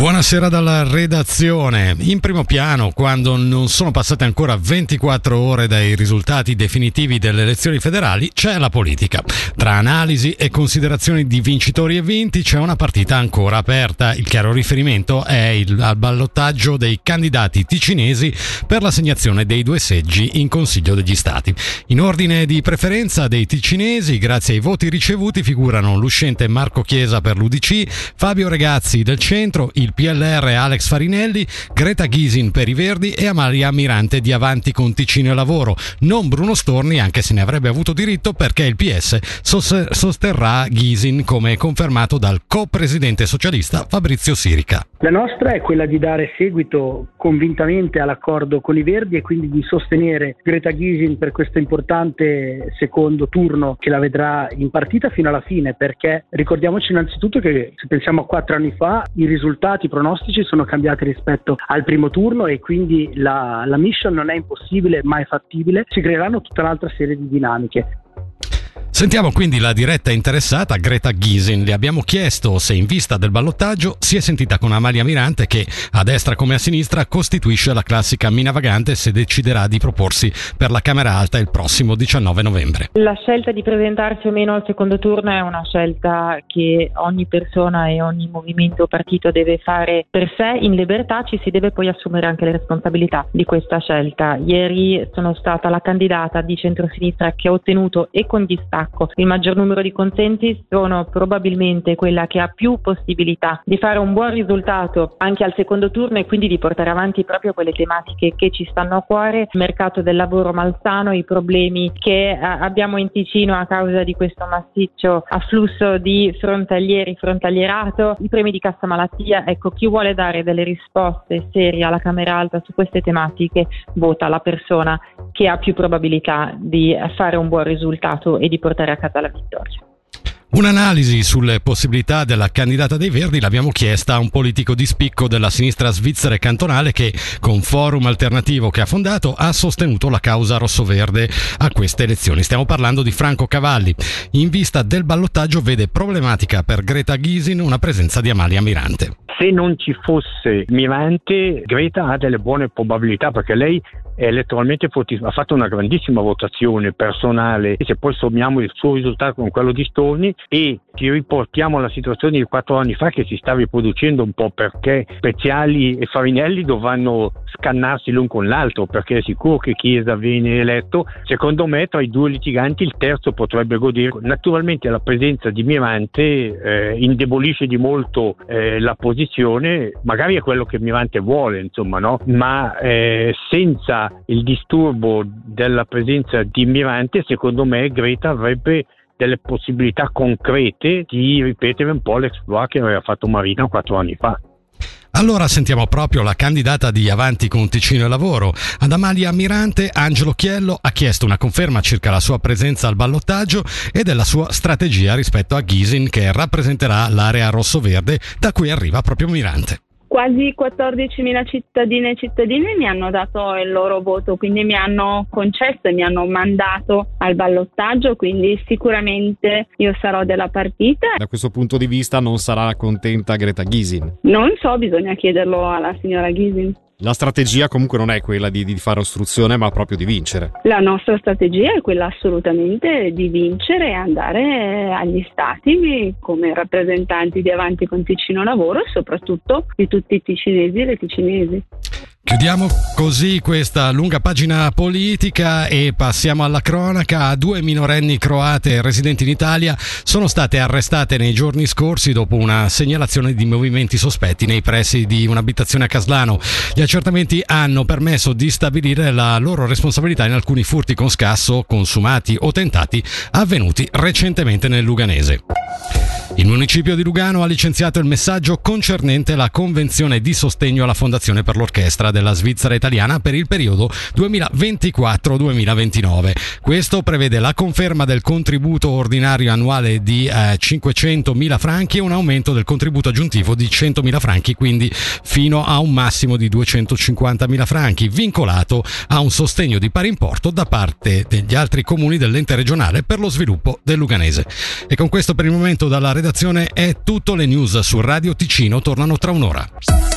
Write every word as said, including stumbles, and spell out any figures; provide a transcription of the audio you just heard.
Buonasera dalla redazione. In primo piano, quando non sono passate ancora ventiquattro ore dai risultati definitivi delle elezioni federali, c'è la politica. Tra analisi e considerazioni di vincitori e vinti c'è una partita ancora aperta. Il chiaro riferimento è il al ballottaggio dei candidati ticinesi per l'assegnazione dei due seggi in Consiglio degli Stati. In ordine di preferenza dei ticinesi, grazie ai voti ricevuti, figurano l'uscente Marco Chiesa per l'U D C, Fabio Regazzi del Centro, il P L R Alex Farinelli, Greta Gysin per i Verdi e Amalia Mirante di Avanti con Ticino e Lavoro. Non Bruno Storni, anche se ne avrebbe avuto diritto, perché il P S sosterrà Gysin, come confermato dal co-presidente socialista Fabrizio Sirica. La nostra è quella di dare seguito convintamente all'accordo con i Verdi e quindi di sostenere Greta Gysin per questo importante secondo turno che la vedrà in partita fino alla fine, perché ricordiamoci innanzitutto che se pensiamo a quattro anni fa i risultati i pronostici sono cambiati rispetto al primo turno e quindi la, la mission non è impossibile ma è fattibile. Si creeranno tutta un'altra serie di dinamiche. Sentiamo quindi la diretta interessata, Greta Gysin. Le abbiamo chiesto se in vista del ballottaggio si è sentita con Amalia Mirante, che a destra come a sinistra costituisce la classica mina vagante se deciderà di proporsi per la Camera Alta il prossimo diciannove novembre. La scelta di presentarsi o meno al secondo turno è una scelta che ogni persona e ogni movimento o partito deve fare per sé in libertà. Ci si deve poi assumere anche le responsabilità di questa scelta. Ieri sono stata la candidata di centrosinistra che ha ottenuto e con distacco il maggior numero di consensi, sono probabilmente quella che ha più possibilità di fare un buon risultato anche al secondo turno e quindi di portare avanti proprio quelle tematiche che ci stanno a cuore: il mercato del lavoro malsano, i problemi che eh, abbiamo in Ticino a causa di questo massiccio afflusso di frontalieri, frontalierato, i premi di cassa malattia. Ecco, chi vuole dare delle risposte serie alla Camera Alta su queste tematiche vota la persona che ha più probabilità di fare un buon risultato e di portare a casa la vittoria. Un'analisi sulle possibilità della candidata dei Verdi l'abbiamo chiesta a un politico di spicco della sinistra svizzera e cantonale che, con Forum Alternativo che ha fondato, ha sostenuto la causa rossoverde a queste elezioni. Stiamo parlando di Franco Cavalli. In vista del ballottaggio vede problematica per Greta Gysin una presenza di Amalia Mirante. Se non ci fosse Mirante, Greta ha delle buone probabilità, perché lei è elettoralmente fortissima, ha fatto una grandissima votazione personale, e se poi sommiamo il suo risultato con quello di Storni e ci riportiamo alla situazione di quattro anni fa che si sta riproducendo un po', perché Speziali e Farinelli dovranno scannarsi l'un con l'altro, perché è sicuro che Chiesa viene eletto. Secondo me tra i due litiganti il terzo potrebbe godere. Naturalmente la presenza di Mirante eh, indebolisce di molto eh, la posizione, magari è quello che Mirante vuole, insomma, no? Ma eh, senza il disturbo della presenza di Mirante, secondo me Greta avrebbe delle possibilità concrete di ripetere un po' l'exploit che aveva fatto Marina quattro anni fa. Allora sentiamo proprio la candidata di Avanti con Ticino e Lavoro. Ad Amalia Mirante, Angelo Chiello ha chiesto una conferma circa la sua presenza al ballottaggio e della sua strategia rispetto a Gysin, che rappresenterà l'area rosso-verde da cui arriva proprio Mirante. Quasi quattordicimila cittadine e cittadini mi hanno dato il loro voto, quindi mi hanno concesso e mi hanno mandato al ballottaggio, quindi sicuramente io sarò della partita. Da questo punto di vista non sarà contenta Greta Gysin? Non so, bisogna chiederlo alla signora Gysin. La strategia comunque non è quella di, di fare ostruzione, ma proprio di vincere. La nostra strategia è quella assolutamente di vincere e andare agli stati come rappresentanti di Avanti con Ticino Lavoro e soprattutto di tutti i ticinesi e le ticinesi. Chiudiamo così questa lunga pagina politica e passiamo alla cronaca. Due minorenni croate residenti in Italia sono state arrestate nei giorni scorsi dopo una segnalazione di movimenti sospetti nei pressi di un'abitazione a Caslano. Gli accertamenti hanno permesso di stabilire la loro responsabilità in alcuni furti con scasso consumati o tentati avvenuti recentemente nel Luganese. Il municipio di Lugano ha licenziato il messaggio concernente la convenzione di sostegno alla Fondazione per l'Orchestra della Svizzera Italiana per il periodo duemilaventiquattro duemilaventinove. Questo prevede la conferma del contributo ordinario annuale di eh, cinquecentomila franchi e un aumento del contributo aggiuntivo di centomila franchi, quindi fino a un massimo di duecentocinquantamila franchi, vincolato a un sostegno di pari importo da parte degli altri comuni dell'ente regionale per lo sviluppo del Luganese. E con questo per il momento dalla redazione redazione è tutto, le news su Radio Ticino tornano tra un'ora.